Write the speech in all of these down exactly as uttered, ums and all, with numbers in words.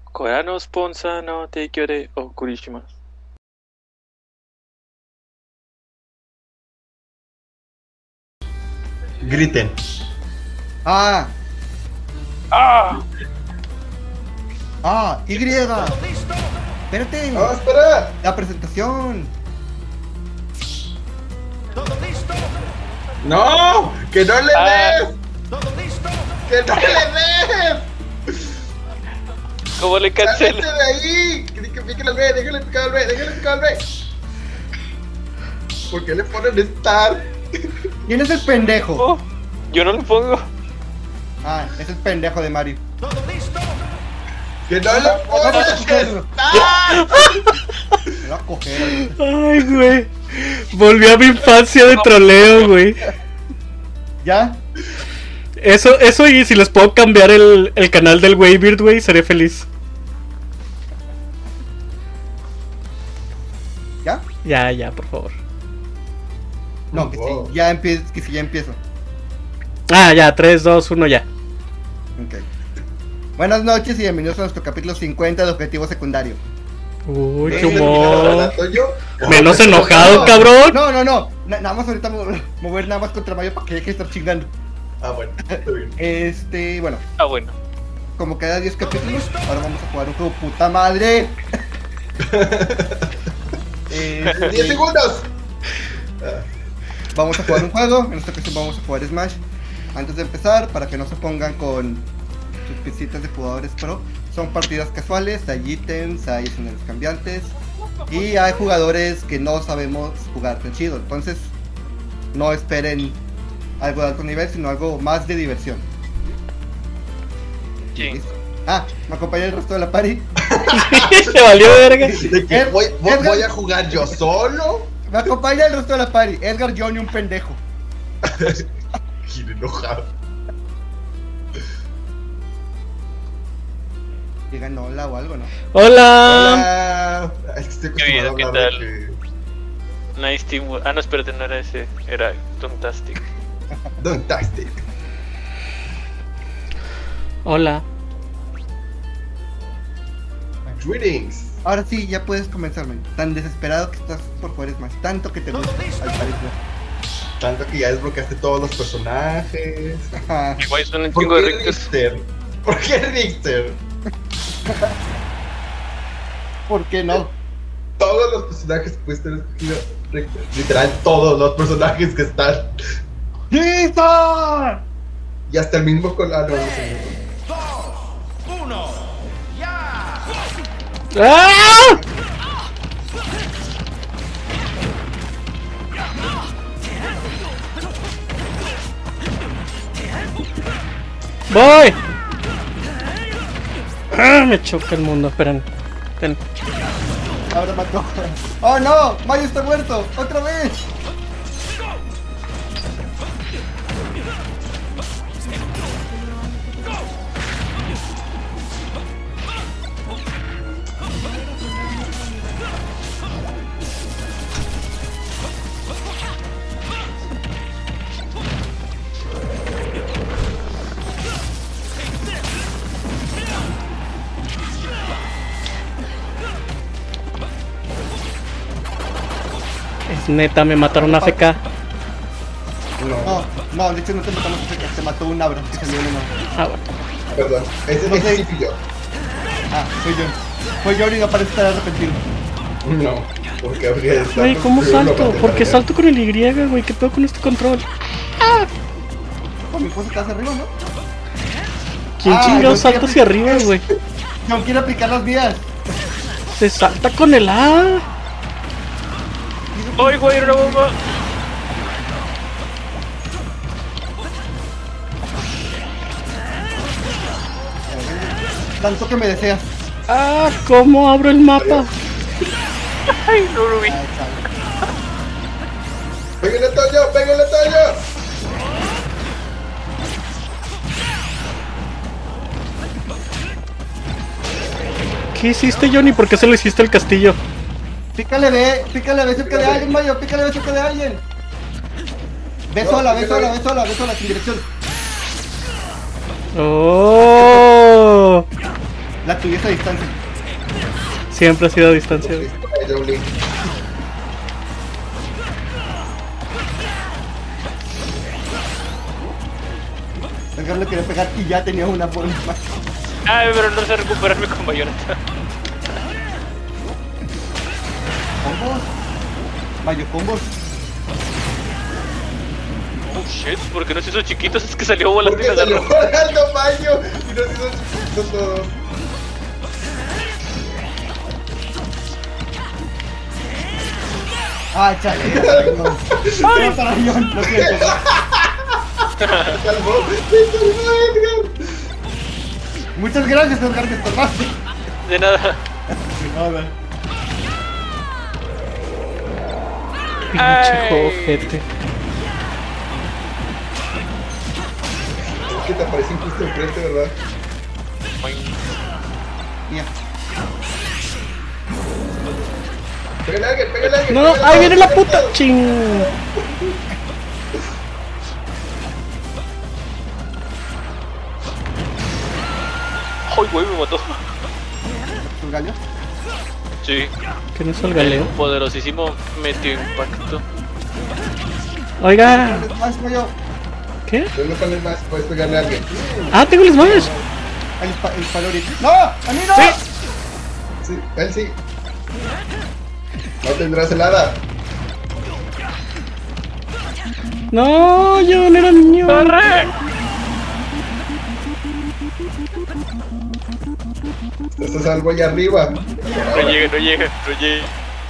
これのスポンサーの提供でお送りします。 Griten. Ah, ¡Ah! ah, Y. Espérate. ¡Oh, espera! La presentación. ¡No! ¡Que no le Ah. des! ¡Que no le des! ¿Cómo le ¡Cállate cancelo? de ahí! Que que pique al B, déjale picar al B, déjale picar al B. ¿Por qué le ponen Star? ¿Quién es el pendejo? Oh, yo no le pongo. Ah, es el pendejo de Mario. ¡Que no le ponen Star! Me lo va a coger. Ay, güey. Volví a mi infancia de troleo, güey. ¿Ya? Eso, eso y si les puedo cambiar el, el canal del Waybeard, güey, seré feliz. ¿Ya? Ya, ya, por favor. No, que Wow. si ya empiezo, que si ya empiezo. Ah, ya, tres, dos, uno, ya. Ok. Buenas noches y bienvenidos a nuestro capítulo cincuenta de Objetivo Secundario. Uy, qué ¿Ves el humor. relato yo? Menos enojado, cabrón. No, no, no. Na- nada más ahorita mo- mover nada más contra Mario para que deje de estar chingando. Ah, bueno, está bien. Este, bueno, Ah, bueno. como cada diez capítulos, ahora vamos a jugar un juego puta madre. Este, ¡diez segundos! Vamos a jugar un juego, en esta ocasión vamos a jugar Smash. Antes de empezar, para que no se pongan con sus pisitas de jugadores pro, son partidas casuales, hay ítems, hay escenarios cambiantes y hay jugadores que no sabemos jugar tan chido. Entonces, no esperen algo de alto nivel, sino algo más de diversión. Sí. ¿Listo? Ah, me acompaña el resto de la party. Se valió verga. ¿De que Ed- voy, voy, Edgar- voy a jugar yo solo? Me acompaña el resto de la party. Edgar, Johnny, un pendejo. Quiere enojado. Digan hola o algo, ¿no? Hola. Hola. Es que estoy Qué bien, acostumbrado ¿qué a hablar tal? de Nice team. Ah, no, espérate, no era ese. Era Fantastic. que... Fantastic. Hola. Greetings. Ahora sí, ya puedes comenzar, man. Tan desesperado que estás por jugar Smash. Tanto que te gusta, al parecer. Tanto que ya desbloqueaste todos los personajes. Ajá. Igual son un ¿Por chingo de qué rectos. Richter? ¿Por qué Richter? ¿Por qué no? Todos los personajes que pudiste haber escogido Richter. Literal, todos los personajes que están. ¡Listo! Y hasta el mismo con. Ah, no, no sé. ¡Ah! ¡Voy! ¡Ah! Me choca el mundo, esperen. Ten. Ahora mató. ¡Oh no! ¡Mario está muerto! ¡Otra vez! Es neta, me mataron a F K. No, no, de hecho no te matamos, te mató un Abra que salió de uno. Ah, bueno. Perdón. Ese, No ese sé. sí fui yo. Ah, soy yo. Fue yo y no parece estar arrepentido. No. Porque habría de estar Güey, ¿cómo construyendo salto? para ¿Por qué terminar. salto con el Y, güey? ¿Qué pedo con este control? Oh, mi esposa está hacia arriba, ¿no? ¿Quién Ah, chingado yo salta quiero- hacia arriba, güey? No quiero aplicar las vías. Se salta con el A. ¡Ay, güey, una bomba! Tanto que me deseas. Ah, ¿cómo abro el mapa? ¡Ay, no lo vi! Ah, chale. ¡Pégale, Toño! ¡Pégale, Toño! ¿Qué hiciste, Johnny? ¿Por qué se lo hiciste al castillo? Pícale B, pícale B cerca de alguien, Mario, pícale B cerca de alguien. Ve No, sola, ve pícale sola, B. ve sola, ve sola, sin dirección. ¡Oh! La tuya es a distancia. Siempre ha sido a distancia. Ay, Rowling. Edgar le quería pegar y ya tenía una bomba. Ay, pero no sé recuperarme con bayoneta. ¿Combos? Mayo combos. Oh shit, ¿por qué no se hizo chiquitos? Es que salió volando ¿Por y qué me salió agarró. volando Mayo? Y nos hizo chiquitos todos. Ah, chale. Era para Ion, lo siento. Me salvó, me salvó Edgar. Muchas gracias, Edgar, me estorbaste. De nada. Nada. Pinche Ay. ojete. Es que te aparecen justo enfrente, ¿verdad? Mira. Pégale a alguien, pégale a alguien. No, pégale a ahí viene la alguien. puta. Ching. Ay, güey, me mató. ¿Tu gallo? Sí. Que no es el galeo. Poderosísimo meteo impacto. Oiga, Más Mayo. ¿qué? ¿Dónde pones más? Puedes pegarle a alguien. Ah, tengo el smash. El, pa el palori. ¡No! ¡A mí no! Sí. Sí, él sí. No tendrás helada. No, yo no era niño. ¡Corre! Estás algo allá arriba. No llega, no llega, no llega.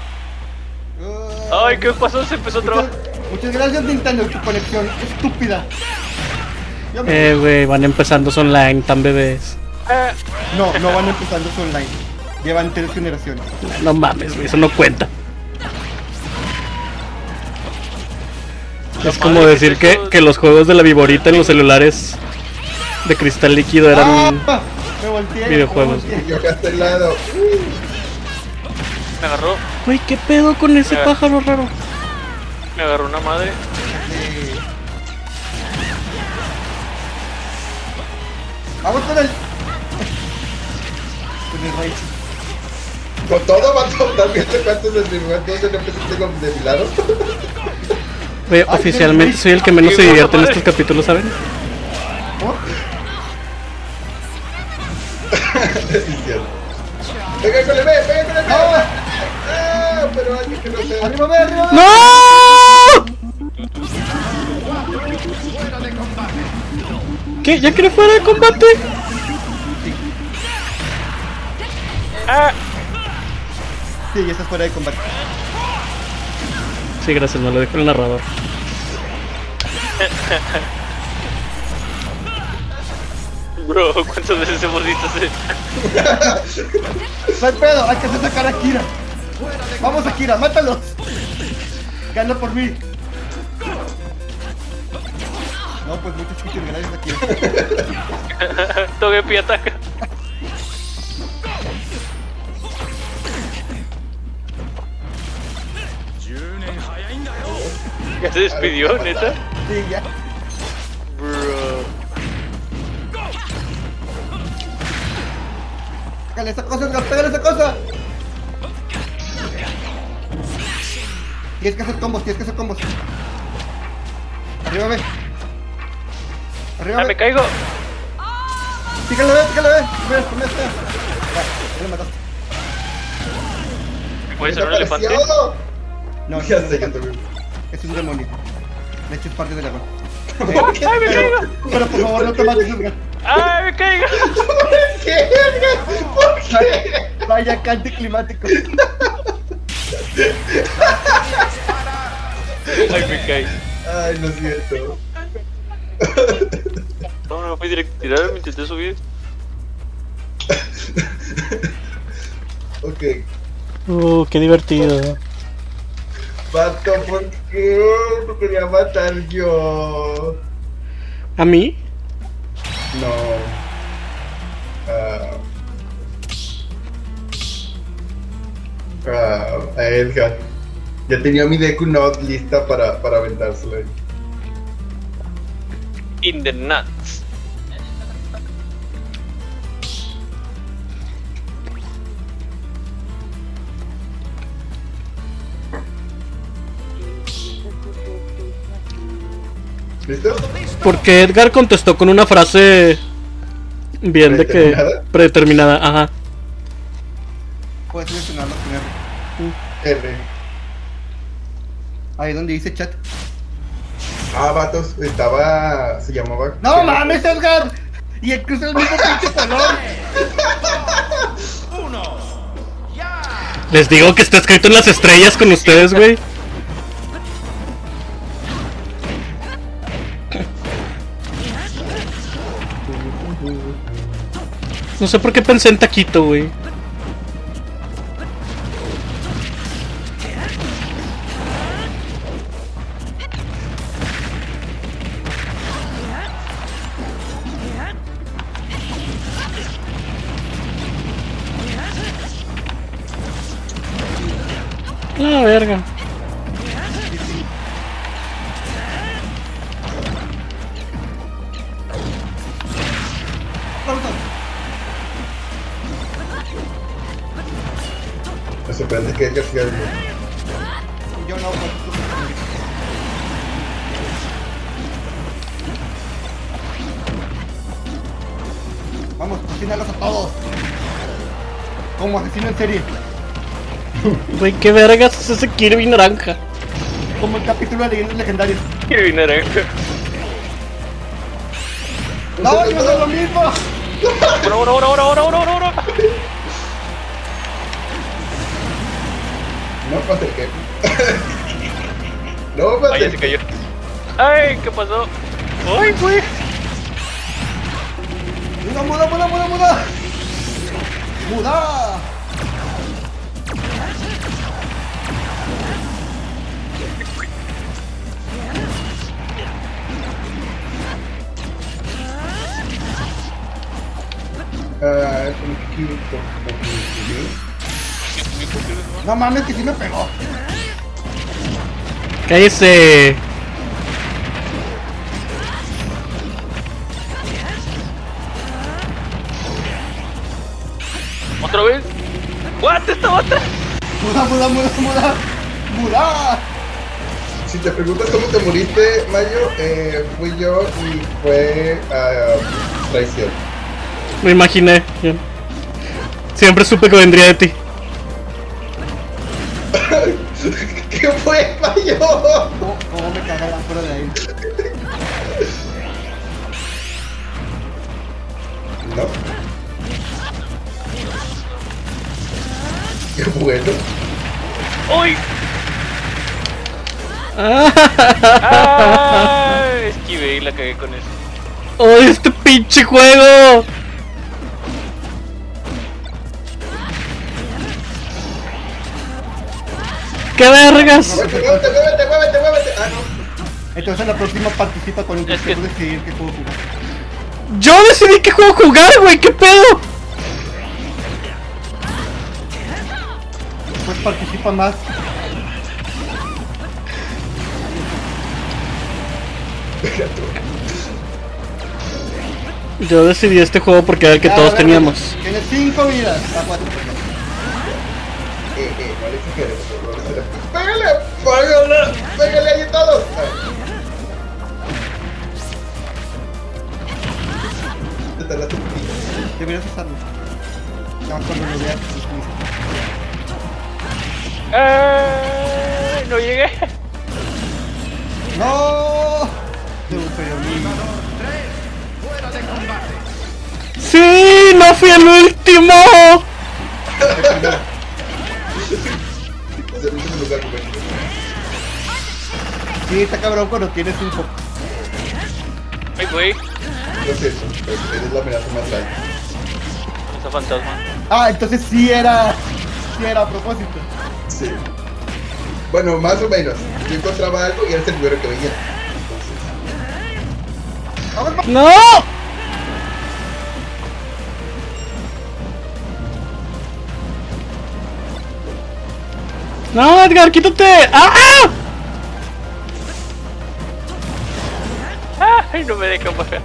Ay, ¿qué pasó? Se empezó otra vez. Muchas, muchas gracias, Nintendo, tu conexión estúpida. Yo me- Eh, güey, van empezando su online, tan bebés. Ah, No, no van empezando su online. Llevan tres generaciones. No mames, güey, eso no cuenta. La Es como madre decir que que, eso- que los juegos de la viborita en los celulares de cristal líquido eran... ¡Ah! Me volteé. videojuegos. me volteé. Yo acá a este lado. me agarró, Güey, ¿qué pedo con ese Mira. pájaro raro? me agarró una madre. Eh. Vamos con el. Con el Rage. Con todo, vato. También te cuántos de mi cuántos N P C tengo de mi lado. Güey, Ay, oficialmente qué soy el que menos Qué se divierte en madre. estos capítulos, ¿saben? ¿Cómo? Decisión. Pega con el B, pega con el B. Ah, pero alguien que no sea. ¡Arriba, ve, arriba! ¡No! ¿Qué? ¿Ya quiere fuera de combate? Ah, Sí, ya estás fuera de combate. Sí, gracias, me lo dejo el narrador. bro, ¿cuántas veces hemos visto ese? No hay pedo, hay que hacer sacar a Kira. Vamos a Kira, mátalos. Gana por mí. No, pues muchos chiquitos, gracias a Kira. Togepi ataca. Ya se despidió, neta. Sí, ya. Bro. Pégale esa cosa, Edgar, pégale esa cosa. Tienes que hacer combos, tienes que hacer combos. Arriba, ve. Arriba, Ah, ve. me caigo. Pícale, ve, pícale, ve. Mira, mira, mira. Ya, ya lo mataste. ¿Puede ser un elefante? ¡Desapareció! No, Ya es un sé, yo elefante. también. Es un demonio. De hecho, es parte del dragón. ¿Por qué? ¡Ay, me Pero, caigo! pero por favor, no te mates, Edgar. ¡Ay, me caigo! ¿Por qué, Edgar? ¿Por qué? Vaya cante climático. ¡Ay, me caí! Ay, lo siento. No, no me fui directo a tirar, me intenté subir. Ok. Uh, qué divertido. Vato, ¿por qué? Te quería matar yo. ¿A mí? No. Ah. Ah, a Edgar. Ya tenía mi Deku Note lista para, para aventársela. In the nuts. ¿Listo? Porque Edgar contestó con una frase bien de que ¿Predeterminada? predeterminada, ajá. Puedes mencionarlo primero. R. Ahí donde dice chat. Ah, vatos, estaba... se llamaba... ¡No mames, Edgar! Y incluso el mismo pinche color. Les digo que está escrito en las estrellas con ustedes, güey. No sé por qué pensé en taquito, güey. La verga. Me sorprende que Edgar siga vivo. Yo no, pues, vamos, asesinalos a todos. Como asesino en serie. Güey, qué vergas es ese Kirby naranja. Como el capítulo de leyendas legendarias. Kirby naranja. No, yo soy lo mismo. Ahora, ahora, ahora, ahora, ahora, ahora, ahora. No pasa el que. No Ay, pasa ya el se cayó. Ay, ¿qué pasó? Ay, güey. Muda, muda, muda, muda, muda. Muda. Ah, es un Q, No mames, que sí me pegó. Cállese. ¿Otra vez? ¿What? ¿Esta otra? Muda, muda, muda, muda. Muda. Si te preguntas cómo te moriste, Mayo, eh, fui yo y fue uh, traición. Me imaginé. Yo siempre supe que vendría de ti. ¿Qué fue, Mayo? ¿Cómo, cómo me caga la fuera de ahí? No. Qué bueno. ¡Uy! Ah, ¡Ah! Esquivé y la cagué con eso. ¡Odio este pinche juego! ¡Qué vergas! Muévete, muévete, muévete, muévete, muévete. Ah, no. Entonces en la próxima participa con el Es que- que decidir qué juego jugar. Yo decidí qué juego jugar, güey, ¿qué pedo? Pues participa más. Yo decidí este juego porque era el que Ya, todos a ver, teníamos. Tienes cinco vidas. A cuatro, perdón. Eh, eh, no le exageres, no le exageres. ¡Pégale! ¡Pégale! ¡Pégale ahí a todos! Te tardaste un poquito. Deberías usarlo. No, cuando lo veas. ¡Ay! No llegué. ¡No! Te pero mismo. ¡Sí! ¡No fui el último! Es el último lugar, güey. Sí, está cabrón cuando tienes cinco. Ay, güey. Lo siento, pero eres la amenaza más grande. Esa fantasma. Ah, entonces sí era. Sí era a propósito. Sí. Bueno, más o menos. Yo encontraba algo y eres el primero que veía. Entonces. ¡Vamos, vamos! ¡No! ¡No, Edgar, quítate! ¡Ah! ¡Ay, no me deja bajar!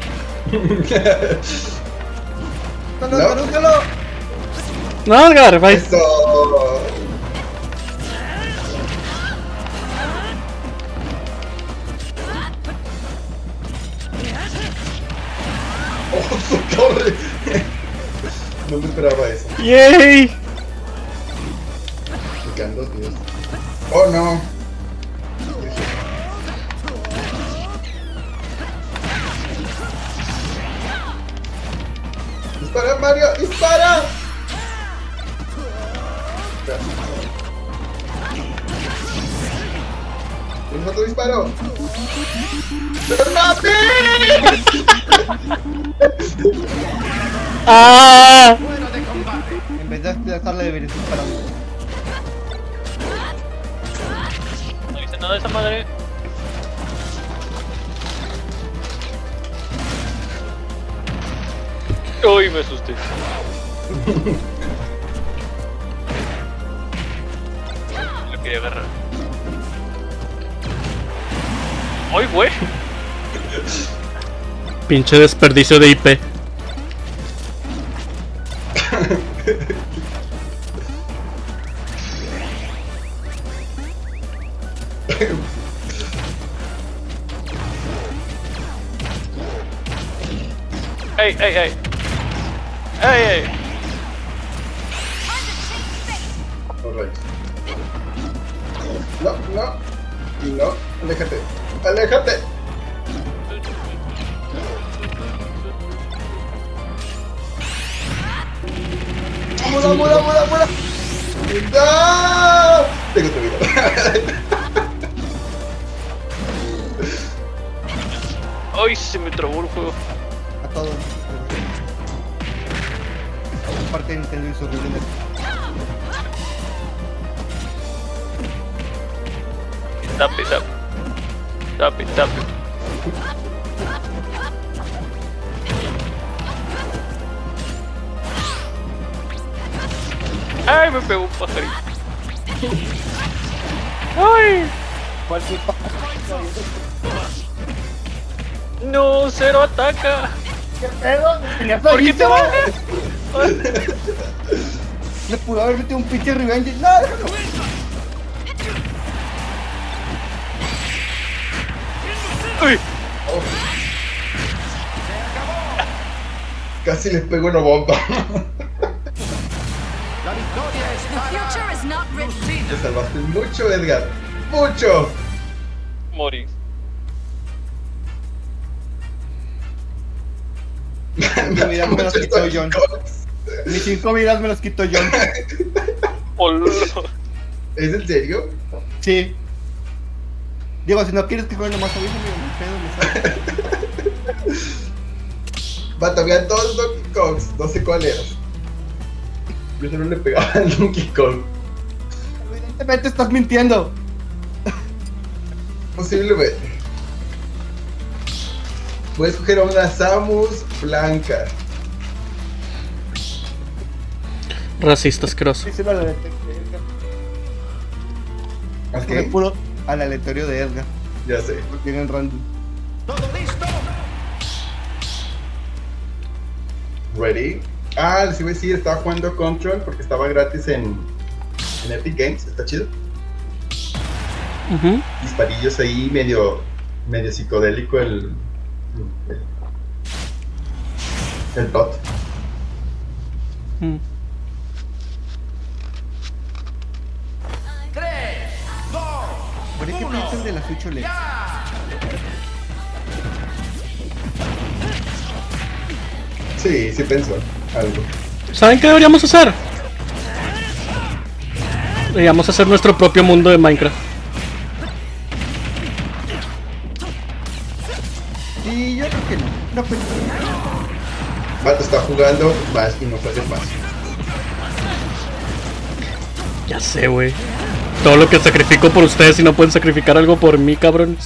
¡Úsalo, No. úsalo, úsalo! No, Edgar, bye. Eso. No me esperaba eso. ¡Yay! Me quedan dos míos. Oh no. ¡Dispara, Mario! ¡Dispara! ¿Tienes otro disparo? ¡Mate! ¡Ah! En vez de dejarle deberías disparar. No hice nada de esa madre. Uy, me asusté. Lo quería agarrar. ¡Uy, güey! Pinche desperdicio de I P. ¡Ey, ey, ey! ¡Ey, ey! Alright. No, no. Y no. Aléjate. ¡Aléjate! ¡Vamos, vamos, vamos, vamos! ¡No! Tengo otro video. ¡Ay, se me trabó el juego! A todos. Parte de Nintendo y su rebelde. Tap it, tap. Tap it, tap it. ¡Ay, me pegó un pajarito! ¡Ay! Cualquier ¡No! ¡Cero ataca! ¿Qué pedo? ¿Tenías ¿Por qué te bajas? bajas? Le pudo haber metido un pinche revenge. ¡No! déjalo! ¡Uy! Casi les pego una bomba. The future is not written. Te salvaste mucho, Edgar. ¡Mucho! Morí. Cinco vidas me los quitó John. Mis cinco vidas me los quitó John. ¡Hola! ¿Es en serio? Sí. Digo, si no quieres que juegue nomás avísame, no pedo, me sale. Vato, había dos Donkey Kongs. No sé cuál era. Yo solo le pegaba al Donkey Kong. Evidentemente estás mintiendo. Posiblemente. Voy a escoger a una Samus blanca. Racista asqueroso. Díselo al aleatorio de Edgar. Escoge Ok, puro al aleatorio de Edgar. ya sé. Lo tienen random. Ready. Ah, les iba a decir, estaba jugando Control porque estaba gratis en, en Epic Games. Está chido. Ujú. Disparillos ahí, medio, medio psicodélico el, el, el bot. Mm. ¿Por qué piensas de la Switch O L E D? Sí, sí pensó algo. ¿Saben qué deberíamos hacer? Deberíamos hacer nuestro propio mundo de Minecraft. Y yo creo que no. No pues. Vato está jugando más y no puede más. Ya sé, güey. Todo lo que sacrifico por ustedes y no pueden sacrificar algo por mí, cabrón.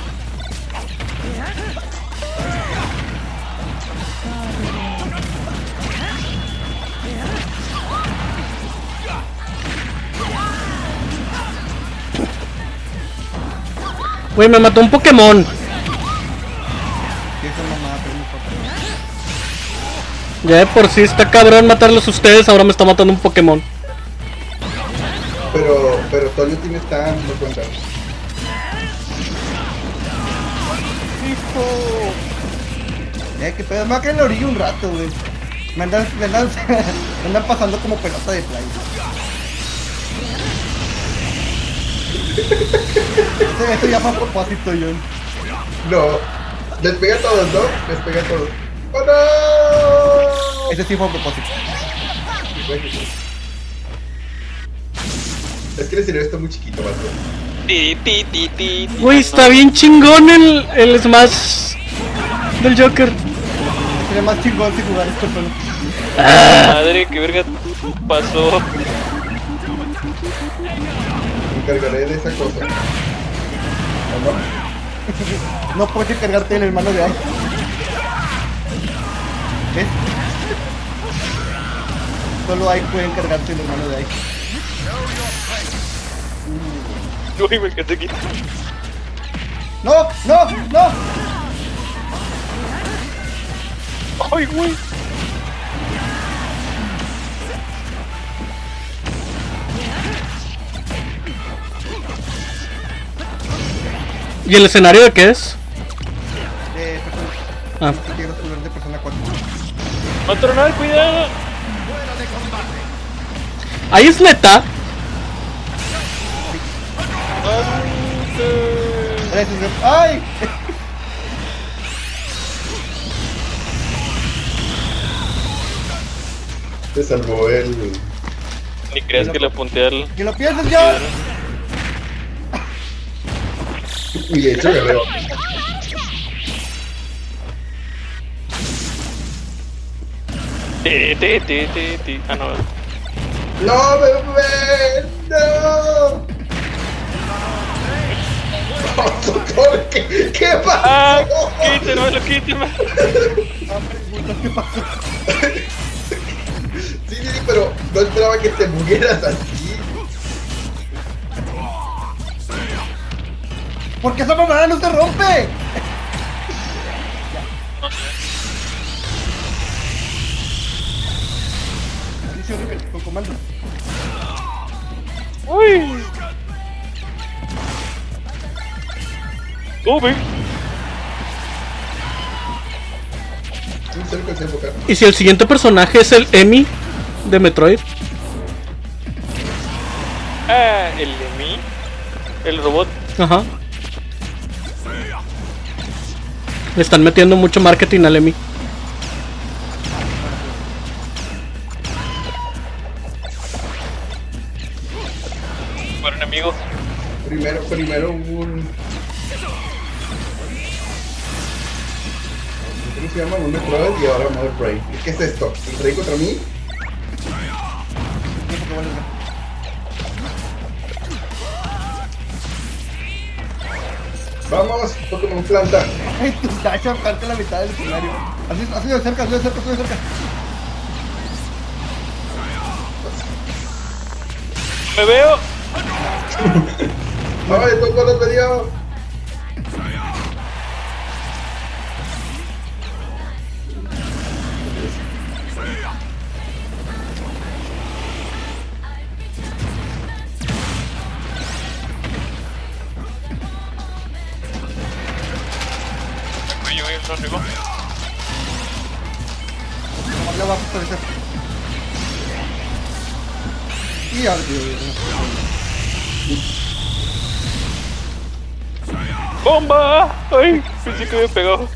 Güey, me mató un Pokémon. Que esa mamada, pero no importa. Ya de por sí está cabrón matarlos a ustedes, ahora me está matando un Pokémon. Pero, pero Toño tiene esta, no cuenta. ¡Hijo! Eh, que pedo, me va a caer en la orilla un rato, güey. Me andan, me andan, me andan pasando como pelota de playa. Esto, esto ya fue a propósito, John. No. Despega a todos, ¿no? Despega a todos. ¡Oh, no! Ese sí fue a propósito. Es que el escenario está muy chiquito, vato. Ti, ti, ti, ti, ti. Güey, está bien chingón el, el Smash del Joker. Sería más chingón si jugar esto solo. Madre, qué verga pasó. Me encargaré de esa cosa. ¿O no? No puedes cargarte el hermano de ahí. ¿Ves? Solo ahí pueden cargarte el hermano de ahí. Uy, me quedé aquí. ¡No! ¡No! ¡No! Ay, güey. ¿Y el escenario de qué es? De persona. Ah. Quiero subir de persona cuatro. Va a tronar, cuidado. Ahí es neta. Gracias, Jeff. ¡Ay! Te salvó el... Ni creas que le apunté al. ¡Que lo pienses, John! Y de hecho, guerrero. Ti, ti, ti, ti, ti. Ah, no. ¡No, bebé! ¡No! ¡Oh, Socorro! ¿Qué, qué pasó? Ah, quítemelo, quítemelo. ¿Qué pasó? Sí, sí, sí, pero no esperaba que te murieras así. ¿Por qué esa mamada no se rompe? Dice horrible, con comando. Uy. Sube. Sí, se alcancé a enfocar. ¿Y si el siguiente personaje es el Emi de Metroid? Ah, el de mí. El robot. Ajá. Le están metiendo mucho marketing al Emi. Para enemigo. Primero, primero un... ¿Cómo se llama? Un Metroid y ahora Mother Brain. ¿Qué es esto? ¿El Prey contra mí? Vamos, Pokémon planta. Ay, tu tacha falta la mitad del escenario. Así, así de cerca, así de cerca, así de cerca. Me veo. ¡Ay, tocó los medios! Uy, uy, no llegó. Ya va a fortalecer. Y ahora ¡Bomba! ¡Ay! Pensé que me había pegado.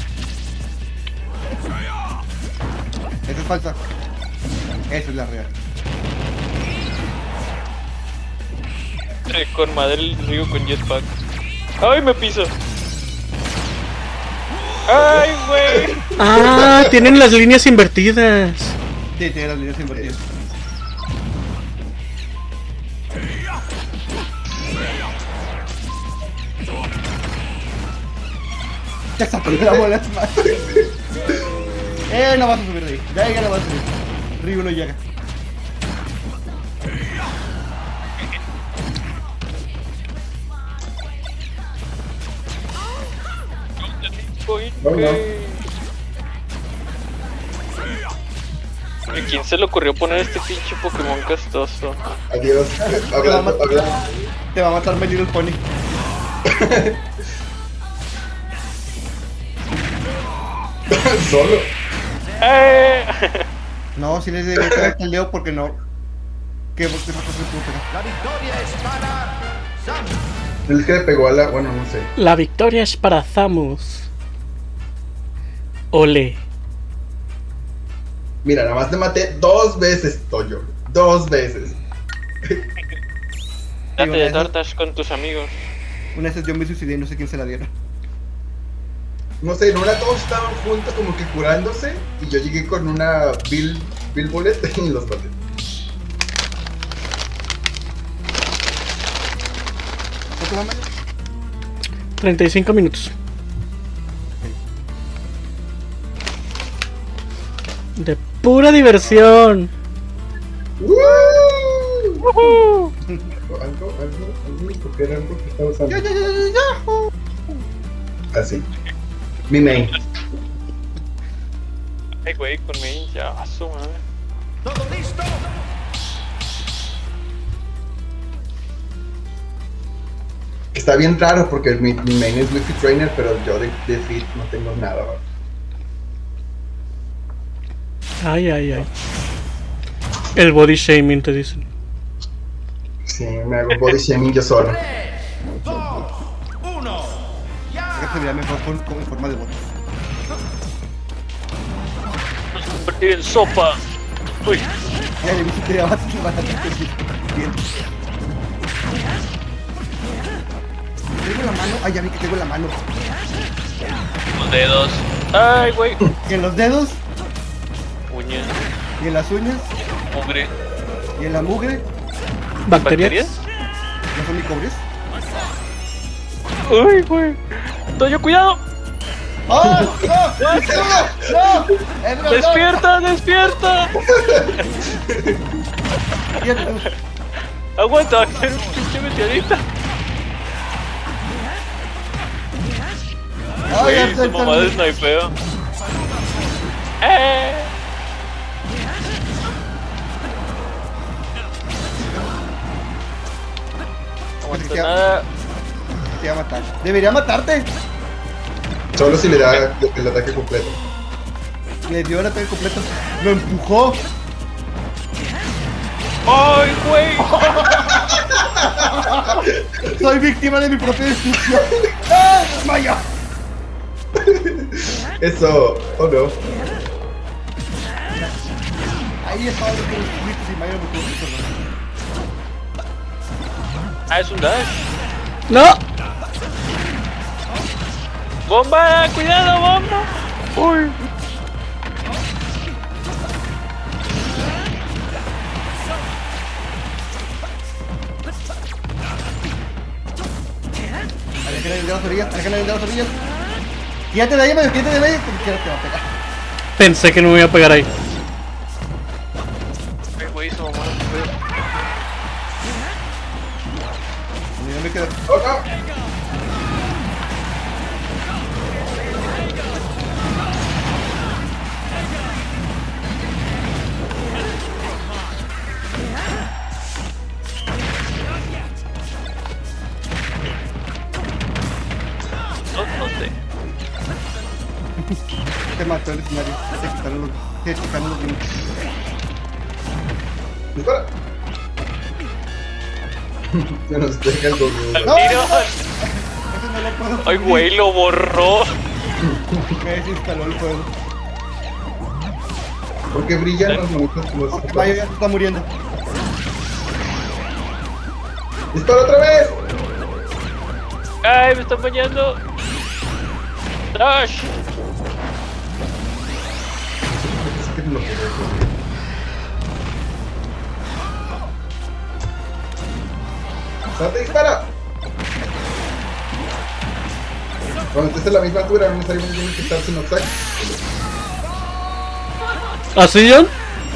esa es falsa. Esa es la real. Eh, con madre el río con jetpack. ¡Ay, me piso! ¡Ay, güey! Ah, tienen las líneas invertidas. Sí, tiene las líneas invertidas. Ya sacó la bola más. Eh, no vas a subir de ahí. De ahí ya no vas a subir. Ryu no llega. No, no. ¿A quién se le ocurrió poner este pinche Pokémon castoso? Adiós. Te va a Hablando, matar, hablando. te va a matar My Little Pony. Solo. ¡Eh! No, si les debe pegar al Leo porque no. ¿Qué? ¿Qué pasó? La victoria es para Sam. El que le pegó a la. Bueno, no sé. La victoria es para Zamus. Ole. Mira, nada más te maté dos veces, Toyo. Dos veces. Date de una tortas con tus amigos. Una vez yo me suicidé y no sé quién se la dieron. No sé, en una todos estaban juntos como que curándose. Y yo llegué con una Bill, Bill Bullet y los maté. ¿Cuánto va, Mario? treinta y cinco minutos. De pura diversión. ¡Woo! ¡Woohoo! Algo, algo, algo, porque era algo que estaba usando. ¡Ya, ya, ya, ya, ya! Así. Mi main. Ay, güey, con mi ya, a su madre. ¿Todo listo? Está bien raro porque mi, mi main es Wifi Trainer, pero yo de, de Fit no tengo nada. ¿Va? Ay, ay, ay. El body shaming te dicen. Sí, me hago body shaming yo solo. tres, dos, uno. Creo que se vería mejor con, con en forma de botas. Nos convertir en sopa. Uy, Ya le vi que te vas a matar. Bien. Tengo la mano. Ay, ya vi que tengo la mano. los dedos. Ay, güey. Y en los dedos, Uñas, y en las uñas, mugre. y en la mugre. ¿Bacterias? ¿No son microbios? Uy, güey. Toyo, cuidado. ¡Oh! ¡No! ¡No! ¡No! ¡Edro, no! Despierta, despierta. Bien, Aguanta, que era un pinche meteorita. ¡ay, Güey, ya su está! mamá de snipeo. Eh. No aguanta Ya. nada. Te va a matar. ¡Debería matarte! Solo si le da el ataque completo. Le dio el ataque completo. ¡Lo empujó! Ay, güey. ¡Soy víctima de mi propia destrucción! ¡Ah! ¡Desmayo! Eso, oh no. Ahí estaba lo que los y Mayo me tuvo que perdonar. Ah, es un dash. ¡No! ¡Bomba! ¡Cuidado, bomba! ¡Uy! Alejen de las orillas, alejen de las orillas. Quédate de ahí, Mayo, quédate de ahí, porque quiero te va a pegar. Pensé que no me iba a pegar ahí. Ay, güey, su mamá. Yo me quedo. Oh no. No, no sé. Te mató el escenario. Te quitaron los, te quitaron los minutos. Dispara. Se nos deja el doble. ¡No! ¡Tiro! Ese no lo puedo. ¡Ay, güey, lo borró! Me desinstaló el juego. Porque brillan los monitos como Oh, Mayo ya se está muriendo. ¡Dispara otra vez! ¡Ay, me están bañando! ¡Dash! Es que no quiero. ¡Sate, dispara! Cuando estés a la misma altura, no necesariamente tienes que estar sin obstáculos. ¿Así, John?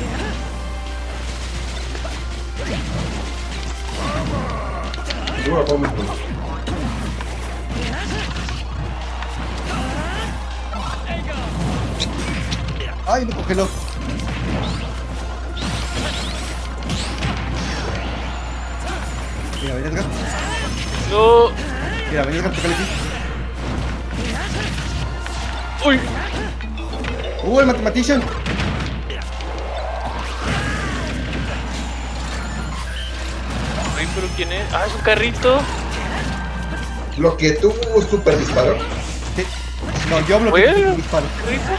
Yo la puedo meter. Ay, me congeló. Mira, ven Edgar. ¡No! Mira, ven Edgar, tócale aquí. ¡Uy! Uh, el Mathematician. Ay, pero ¿quién es? Ah, es un carrito. Lo que tú super disparó. Sí. No, yo bloqueo Bueno. el disparo. ¿Carrito?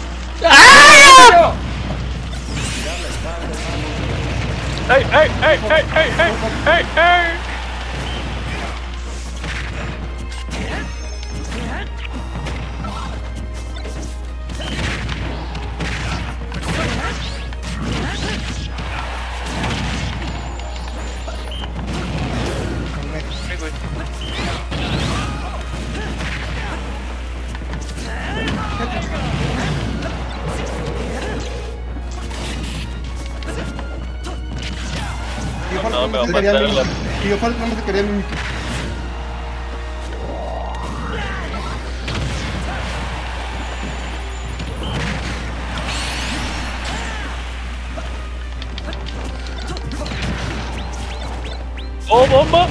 ¡Ay, ay, ay, ay, ay, ay, ay, ay! Ay, güey. Tío, No, me va a se quería matar el- la- Tío, Falk no se quería el mimito. ¡Oh, bomba!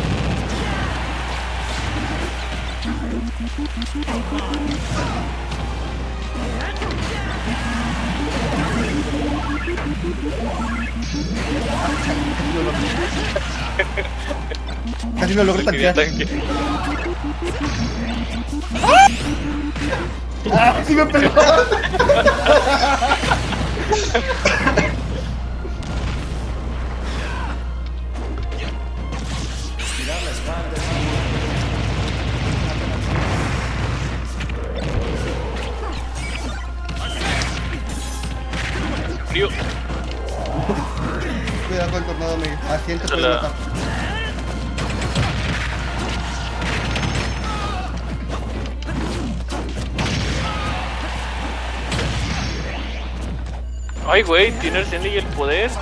Casi lo logré Quería tanquear. tanque. ¡Ah, sí me pegó! Frío. Cuidado con el tornado, me asiento Esa por la- el matar. Ay, güey, tiene el Sandy y el poder.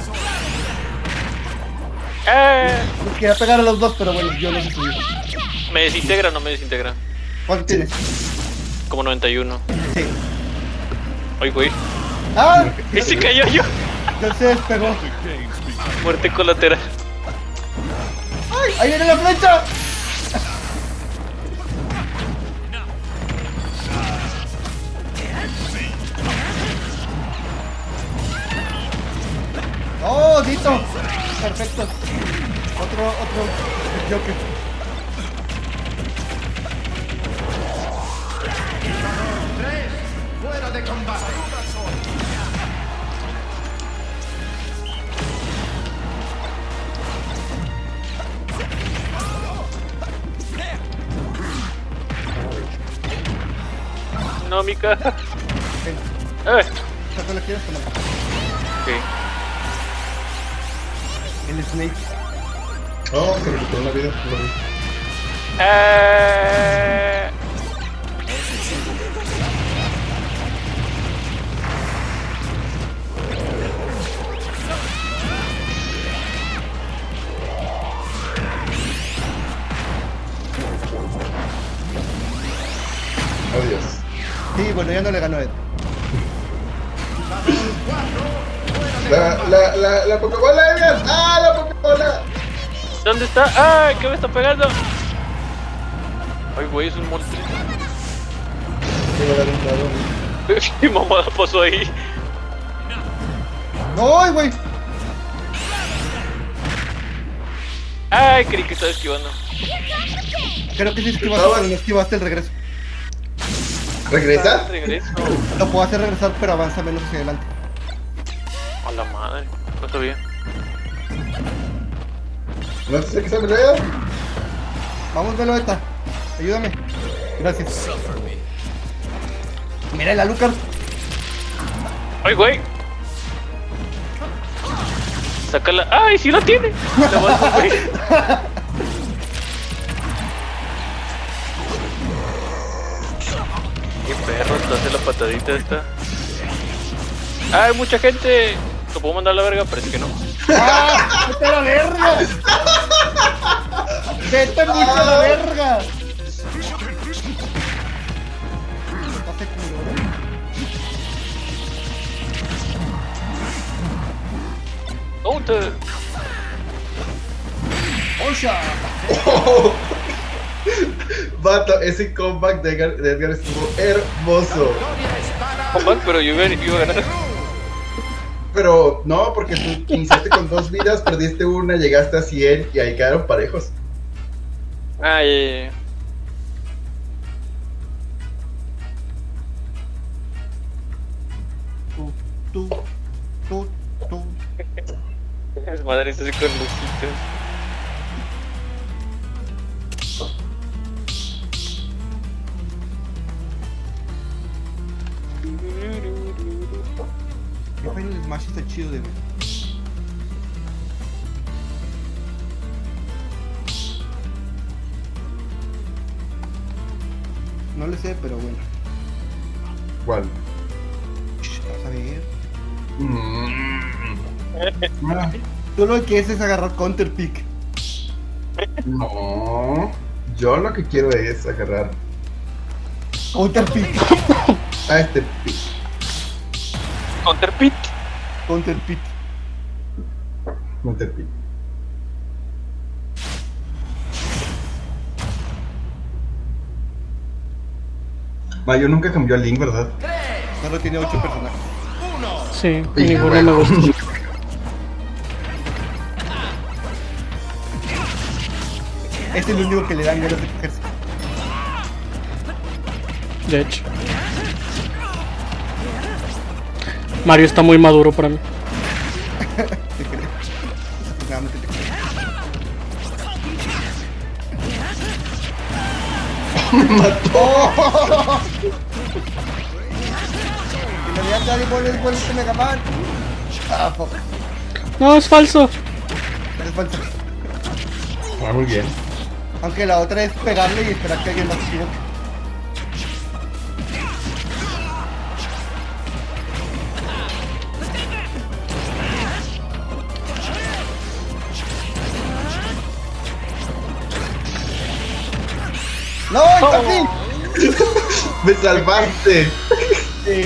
¡Eh! Pues quería pegar a los dos, pero bueno, yo no sé subir. Me desintegra, no me desintegra. ¿Cuánto tienes? Como noventa y uno. Sí. Ay, güey. ¡Ah! ¡Ese cayó yo! Ya se despegó. Muerte colateral. ¡Ay! ¡Ahí viene la flecha! ¡Oh, Dito! Perfecto. Otro, otro Joker. Fuera de combate. No, Mika. Ven, Eh, ¿cuánto le quieres tomar? ok. El Snake. Oh, se me quitó una vida. Lo vi. Eh, Adiós. Sí, bueno, ya no le ganó a Ed. La, la, la, la Pokébola, Elias. ¡Ah, la Pokébola! ¿Dónde está? ¡Ay, qué me está pegando! Ay, güey, es un monstruo. Me va a dar un dado. Mi mamá pasó ahí. ¡No, ay, güey! Ay, creí que estaba esquivando. Creo que sí esquivaste, pero no esquivaste el regreso. ¿Regresa? Regreso. Lo puedo hacer regresar, pero avanza menos hacia adelante. A la madre. No sabía. No sé qué se me vea. Vamos, Veloeta. Ayúdame. Gracias. Mira la Lucas. Ay, güey. Sácala. ¡Ay, sí la tiene! La vas, güey. Qué perro, te hace la patadita esta. ¡Ay, mucha gente! ¿Lo puedo mandar a la verga? Parece que no. ¡Ah! ¡Vete a la verga! ¡Vete mucho a la verga! Pase culero. ¡Oh, te... ¡Osha! Oh. Vato, ese comeback de Edgar, de Edgar estuvo hermoso. Victoria es para Comeback, pero yo iba, iba a ganar. Pero no, porque tú iniciaste con dos vidas, perdiste una, llegaste a cien y ahí quedaron parejos. Ah, ya, ya, Tú, tú, tú, tú. ya. Es madre, así con lucitas. El Final Smash está chido de ver. No le sé, pero bueno. ¿Cuál? Vamos a ver. Mm. Ah, Tú lo que quieres es agarrar Counter Pick. no. Yo lo que quiero es agarrar Counter Pick. a este pick. Counter Pit. Counter Pick. Counter pick. Mayo nunca cambió el link, ¿verdad? Solo tiene ocho personajes. Sí, Sí, ninguno bueno. me gusta. Es el único que le dan ganas de cogerse. De hecho. Mario está muy maduro para mí. Te creo. Desafortunadamente te creo. ¡Oh! En realidad Daddy Ball es bueno este Mega Man. Ah, fuck. No, es falso. Pero es falso. Ah, muy bien. Aunque la otra es pegarle y esperar que alguien más se equivoque. ¡No! ¡Está así! ¡Me salvaste! Sí.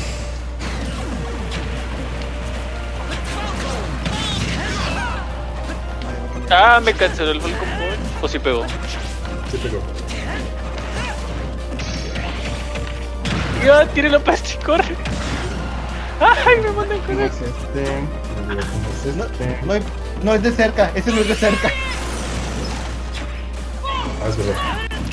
Ah, me canceló el Falcon Punch. O sí pegó. Se pegó. Ya, tiene la peste, corre. Ay, me mandan con ¿Cómo eso. es este? ¿Cómo es No, este? no, no es de cerca, ese no es de cerca. Ah, es verdad.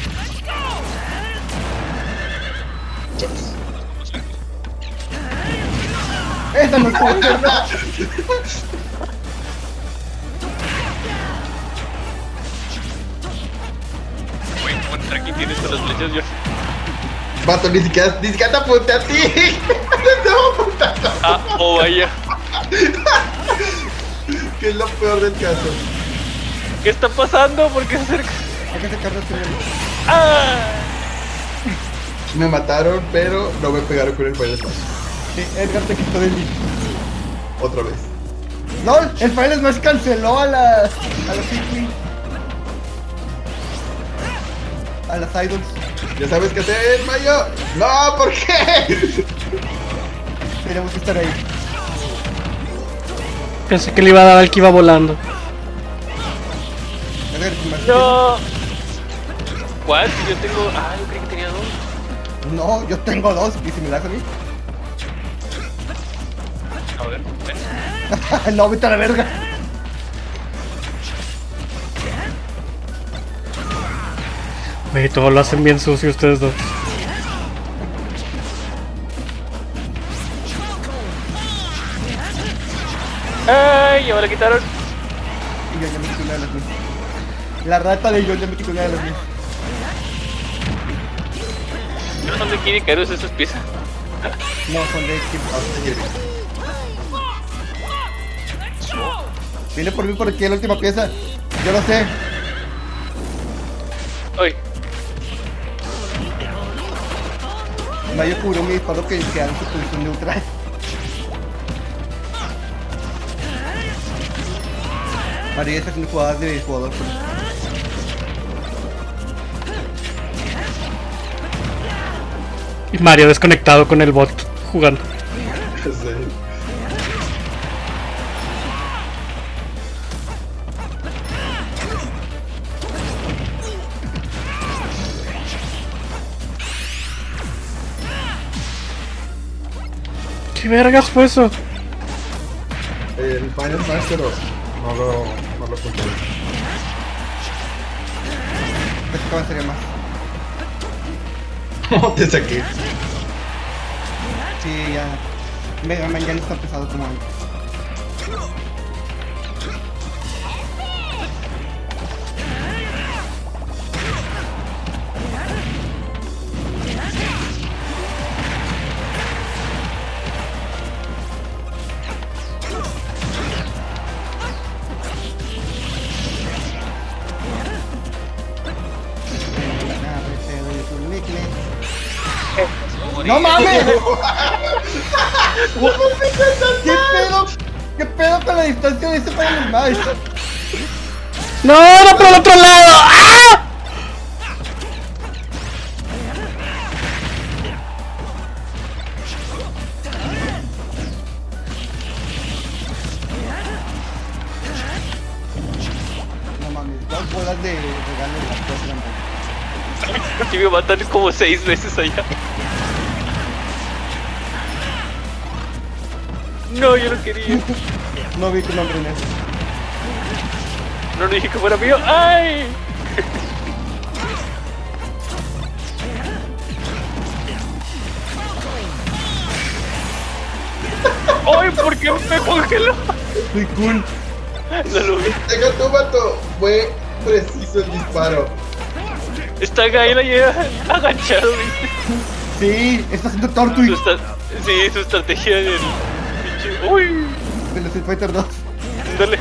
Esa no es de cerca. Güey, contra aquí tienes con las flechas yo. Vato, ni siquiera, ni siquiera te apunté a ti. Te estaba apuntando. Ah, oh vaya. Que es lo peor del caso. ¿Qué está pasando? ¿Por qué se acerca? Hay que sacarlo este nivel. Ah. Me mataron, pero no me pegaron con el Fire Smash. Sí, Edgar te quitó del lead. Otra vez. No, el Fire Smash canceló a las. a las Pikmin. A las idols. ¿Ya sabes qué hacer, Mayo? ¡No! ¿Por qué? Tenemos que estar ahí. Pensé que le iba a dar al que iba volando. Edgar, ¿más No. ¿Cuál? Si yo tengo. Ah, yo creí que tenía dos. tienes? No, yo tengo dos. ¿Y si me das a mí? A ver, ven. No, vete a la verga. Güey, todo lo hacen bien sucio ustedes dos. Ay, ya me la quitaron. Y yo ya me quité una de las mías. La rata de yo ya me quitó una de las mías. Yo no sé dónde quieren caer esas piezas. No, son de Kim. Viene por mí por aquí la última pieza. Yo lo sé. Ay, Mayo cubrió mi disparo que queda en su posición neutral. María está haciendo jugadas de jugador. Pues. Y Mario desconectado con el bot jugando. Sí. ¿Qué vergas fue eso? El Final Master dos. No lo, no lo conté. Pues que avanzaría más. No te saqué. Sí, ya. Mega Man ya no está pesado como antes. ¡No mames! ¿Qué pedo? ¿Qué pedo con la distancia de ese para el Smash? ¡No, no por el otro lado! ¡Ah! No mames, dos bolas de regalo de las dos grandes. Y me matan como seis veces allá. No, yo no quería. No vi tu nombre en eso. No le dije que fuera mío. ¡Ay! ¡Ay! ¿Por qué me congeló? Soy cool. No lo vi. Deja tu vato. Fue preciso el disparo. Está Gaila ya agachado, ¿viste? Sí, está haciendo Su Tortwig esta- sí, su estrategia del pinche. ¡Uy! de los Street Fighter dos. Dale.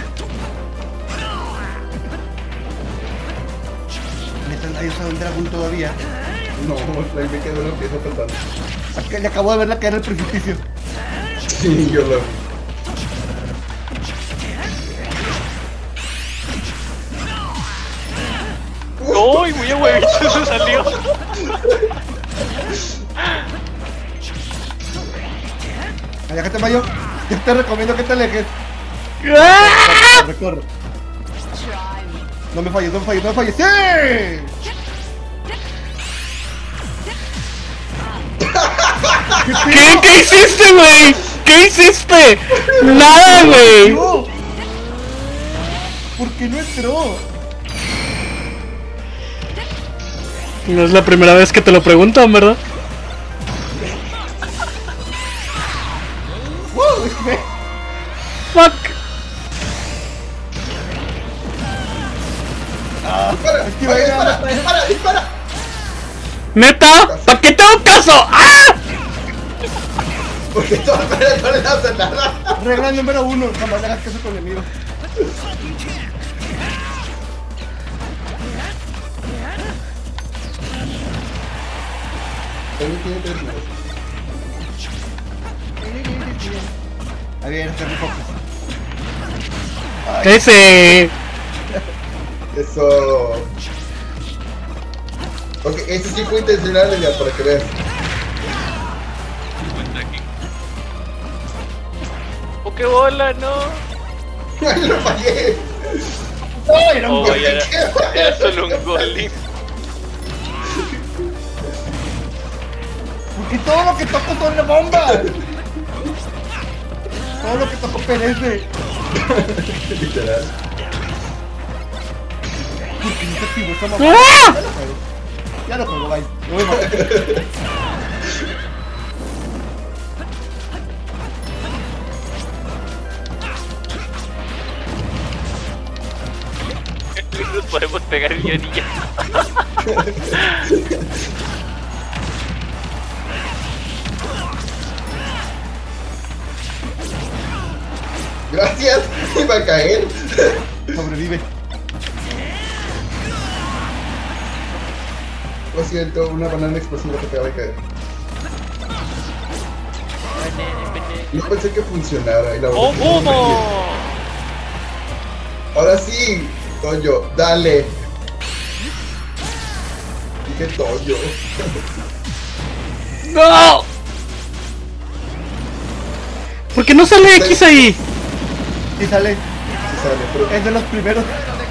Neta, nadie usa un dragón todavía. No, ahí me quedó una pieza faltando. Acá le acabo de verla caer al precipicio. Sí, yo lo vi. ¡Uy! Muy a huevito se salió. Aléjate, Mayo. Yo te recomiendo que te alejes. ¡Ah! Corre, corre. No me falles, no me falles, no me falles. ¡Sí! ¿Qué? ¿Qué hiciste, güey? ¿Qué hiciste? Nada, güey. No. ¿Por qué no entró? No es la primera vez que te lo preguntan, ¿verdad? ¡Wow! Es que... Fuck. ¡Dispara! Es que va a ir a ¡Dispara! matar. ¡Dispara! ¡Dispara! ¿Neta? ¿Para qué tengo caso? ¡Ah! Porque todos no le hacen nada. Regla número uno, jamás le hagas caso con el enemigo. También tiene tres vidas. A ver, hacer focus. Ese. Eso. Ok, ese sí fue intencional, ya, para que veas. ¡Pokébola, no! ¡Ay, lo fallé! ¡No! Era un Oh, gol. ya era, era solo un golem. Porque todo lo que toco son bombas. Todo lo que toco perece. Literal. Porque no se activó esa mamá. ¡Ah! Ya lo juego. Ya lo juego, bye. Me voy a matar. Nos podemos pegar el guión y ya. Gracias, iba a caer. Sobrevive. Lo siento, una banana explosiva que acaba de caer. No pensé que funcionara y la ¡Oh, verdad es que no humo! me Ahora sí, Toyo, dale. Dije Toyo. ¡No! ¿Por qué no sale X ahí? Y sale. Sí sale, pero Es de los primeros.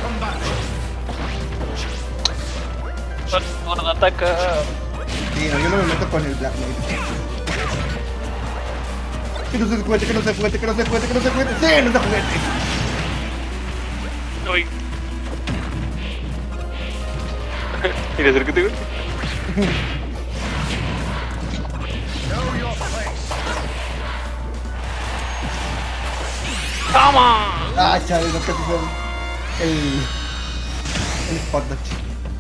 Gordo ataca. Sí, no, yo no me meto con el Black Knight. Que no se juguete, que no se juguete, que no se juguete, que no se juguete. Sí, no se juguete. Uy. Mira, acércate, güey. ¡Toma! Ah, chale, no casi son el... el spot dodge.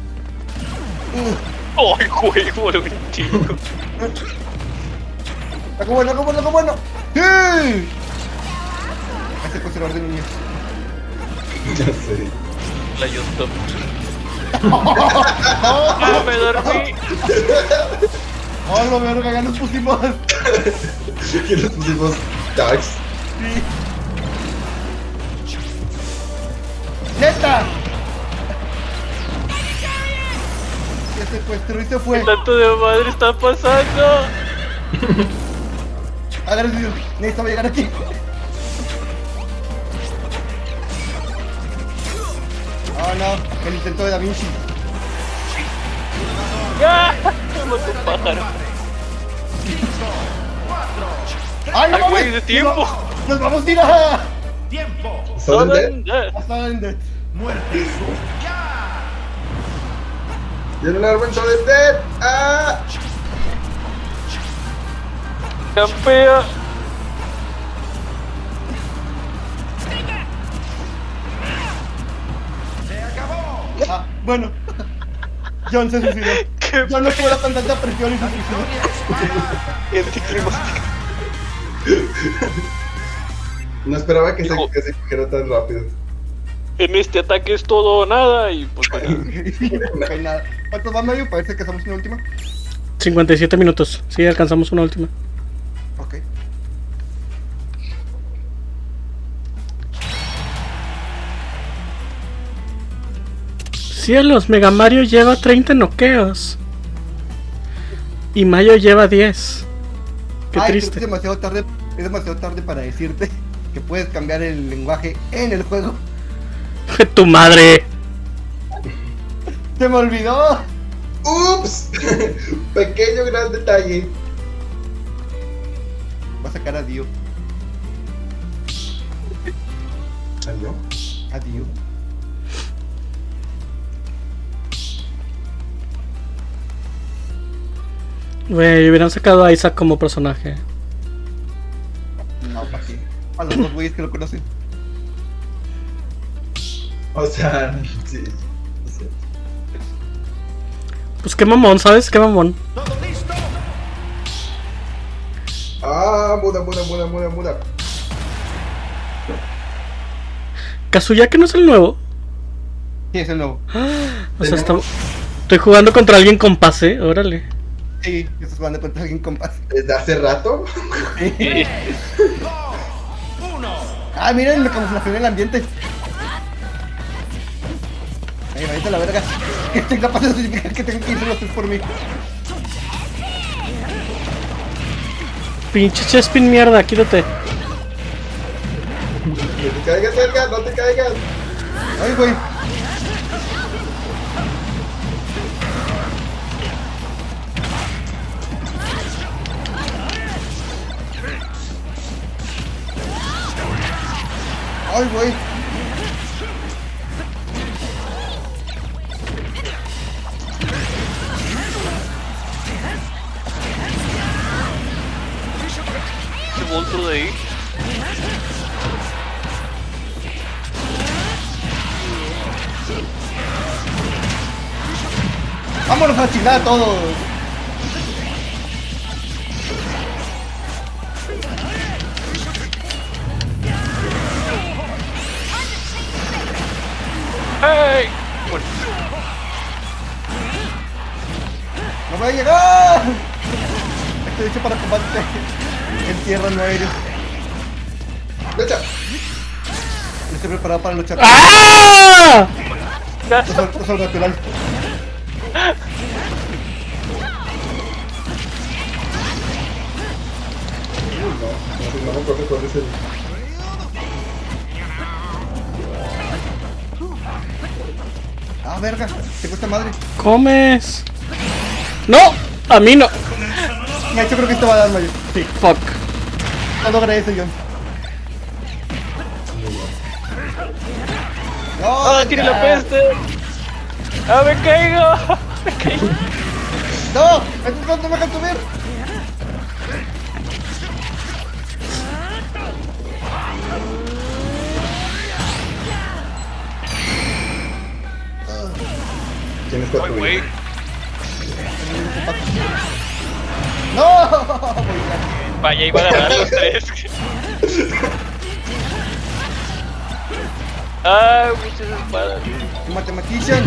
Uh, ¡Ay, güey! Bueno, un chico. ¡Algo bueno, algo bueno, algo bueno! ¡Sí! Este conservador de niños. Ya sé. La Yostop. ¡Ah, me dormí! ¡Oh, lo verga! ¡Ya nos pusimos! Aquí nos pusimos tags. Sí. ¡Neta! Ya se secuestró y se fue. ¿Qué tanto de madre está pasando? A ver, necesitaba llegar aquí. Oh no, el intento de Da Vinci. ¡Ah! Como tu pájaro. ¡Ay, no Ay, güey, mames! de tiempo. ¡Nos, nos vamos a ir a... Tiempo. ¿Sudden Death? a Sudden Death! Muerte. Ya. ¡Tiene un árbol Sudden Death! ¡Ah! Campea. Se acabó. Ah, bueno. John se suicidó. ¿Qué? John no pudo con tanta presión y se suicidó. Victoria es para Anticlimático. No esperaba que se, Hijo. que se cogiera tan rápido. En este ataque es todo o nada y pues bueno. No hay nada. ¿Cuántos van, Mario? Parece que hacemos una última. cincuenta y siete minutos. Sí, alcanzamos una última. Ok. Cielos, Mega Mario lleva treinta noqueos. Y Mayo lleva diez. Qué Ay, creo que triste. es demasiado tarde. Es demasiado tarde para decirte que puedes cambiar el lenguaje en el juego. Tu madre. ¡Se me olvidó! ¡Ups! Pequeño gran detalle. Va a sacar a Dio. ¿Salió? A Dio. Güey, hubieran sacado a Isaac como personaje. No, ¿para qué? A los dos güeyes que lo conocen. O sea, sí. sí. Pues qué mamón, ¿sabes? Qué mamón. todo listo. Ah, muda, muda, muda, muda, muda. Kazuya, que no es el nuevo. Sí, es el nuevo. O sea, está... estoy jugando contra alguien con pase, órale. Sí, estás jugando contra alguien con paz. ¿Desde hace rato? Dos. Uno. Ah, miren la camuflación en el ambiente. Ahí, váyate a la verga. Que tenga paz significa que tengo que ir los tres por mí. Pinche Chespin mierda, quítate. No te caigas, Edgar, no te caigas. Ay, güey. Ay, güey. Ese monstruo de ahí. Vámonos a la chingada todos. ¡Hey! Bueno, ¡No voy a llegar! Estoy hecho para combate en tierra, no aéreo. Lucha. No estoy preparado para luchar. ¡Ah! No soy, no soy natural. No, no me acuerdo cuál es el. Ah, verga. Te cuesta madre. ¡Comes! ¡No! A mí no. Me ha hecho creo que esto va a dar mayor. Sí. Fuck. no agradece, John. No, ¡Ah, tiene la peste! ¡Ah, me caigo! ¡Me caigo! No, estos no te dejan subir. Tienes ¡Ay, cuatro güey! vidas. No. Vaya, iba a agarrar los tres. ¡Ah, muchas espadas! Mathematician.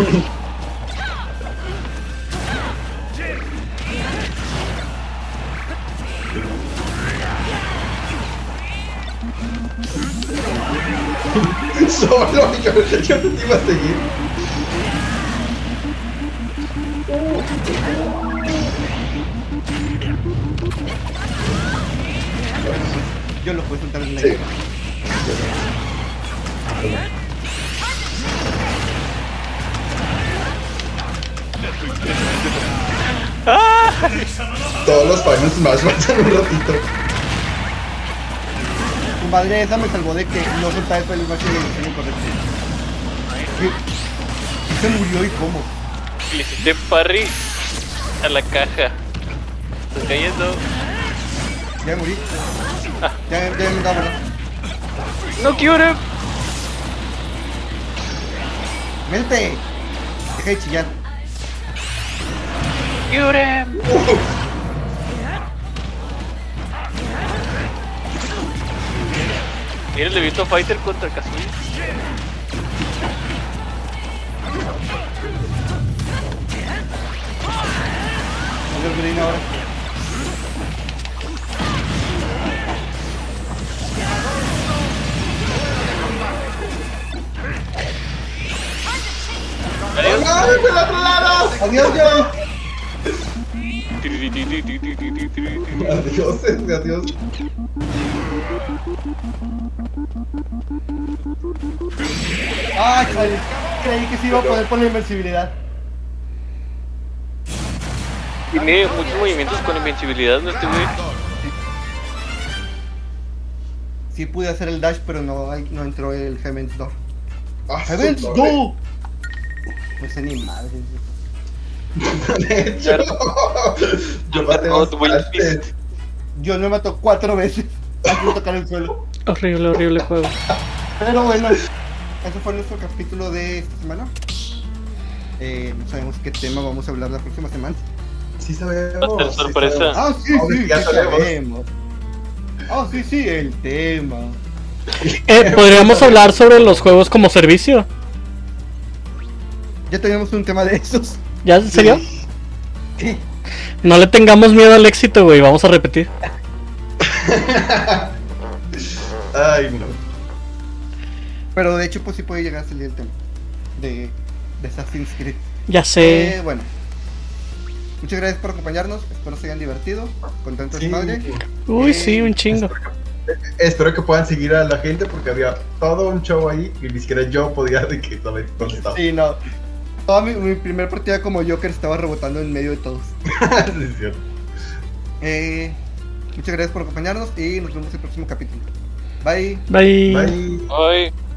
Solo, yo, yo no te iba a seguir. Yo lo puedo soltar en la Sí. guerra. Todos los Final Smash faltan un ratito. Tu madre esa me salvó de que no soltaba el Final Smash en el diseño correcto. ¿Y se murió y cómo? Le hiciste parry a la caja. Estás cayendo. Ya me morí. Ya, ya me daba, ¿verdad? ¡No quiero! ¡Mente! Deja de chillar. ¡Quiere! Mira el de Virtua Fighter contra Kazuya. Adiós, Green, ahora. Adiós. ¡Ay, por el otro lado! Adiós, John. Adiós, eh, adiós. Ah, creí, creí que se iba a poder por la invencibilidad. Tiene muchos movimientos con invencibilidad, ¿no? Este güey. Sí pude hacer el dash, pero no, no entró el Heaven's Door. Ah, ¡Heaven's su Door! No sé ni madre. torre. De hecho, yo maté Underdog, Will bastantes. Yo me mató cuatro veces antes de tocar el suelo. Horrible, horrible juego. Pero bueno, eso fue nuestro capítulo de esta semana. Eh, no sabemos qué tema vamos a hablar la próxima semana. Sí sabemos. Va a ser sí sorpresa. sabemos. Ah, sí, Ahora sí, ya sí sabemos. sabemos. Ah, sí, sí, el tema. Eh, podríamos hablar sobre los juegos como servicio. Ya tenemos un tema de esos. ¿Ya? ¿En serio? Sí. No le tengamos miedo al éxito, güey. Vamos a repetir. Ay, no. Pero de hecho, pues sí puede llegar a salir el tema de, de Assassin's Creed. Ya sé. Eh, bueno, muchas gracias por acompañarnos. Espero se hayan divertido. Contentos Sí. madre. Uy, Eh, sí, un chingo. Espero que puedan seguir a la gente porque había todo un show ahí y ni siquiera yo podía de que saber dónde estaba. Sí, no. Toda mi, mi primer partida como Joker estaba rebotando en medio de todos. Sí, es cierto. Eh, muchas gracias por acompañarnos y nos vemos en el próximo capítulo. Bye. Bye. Bye. Ay.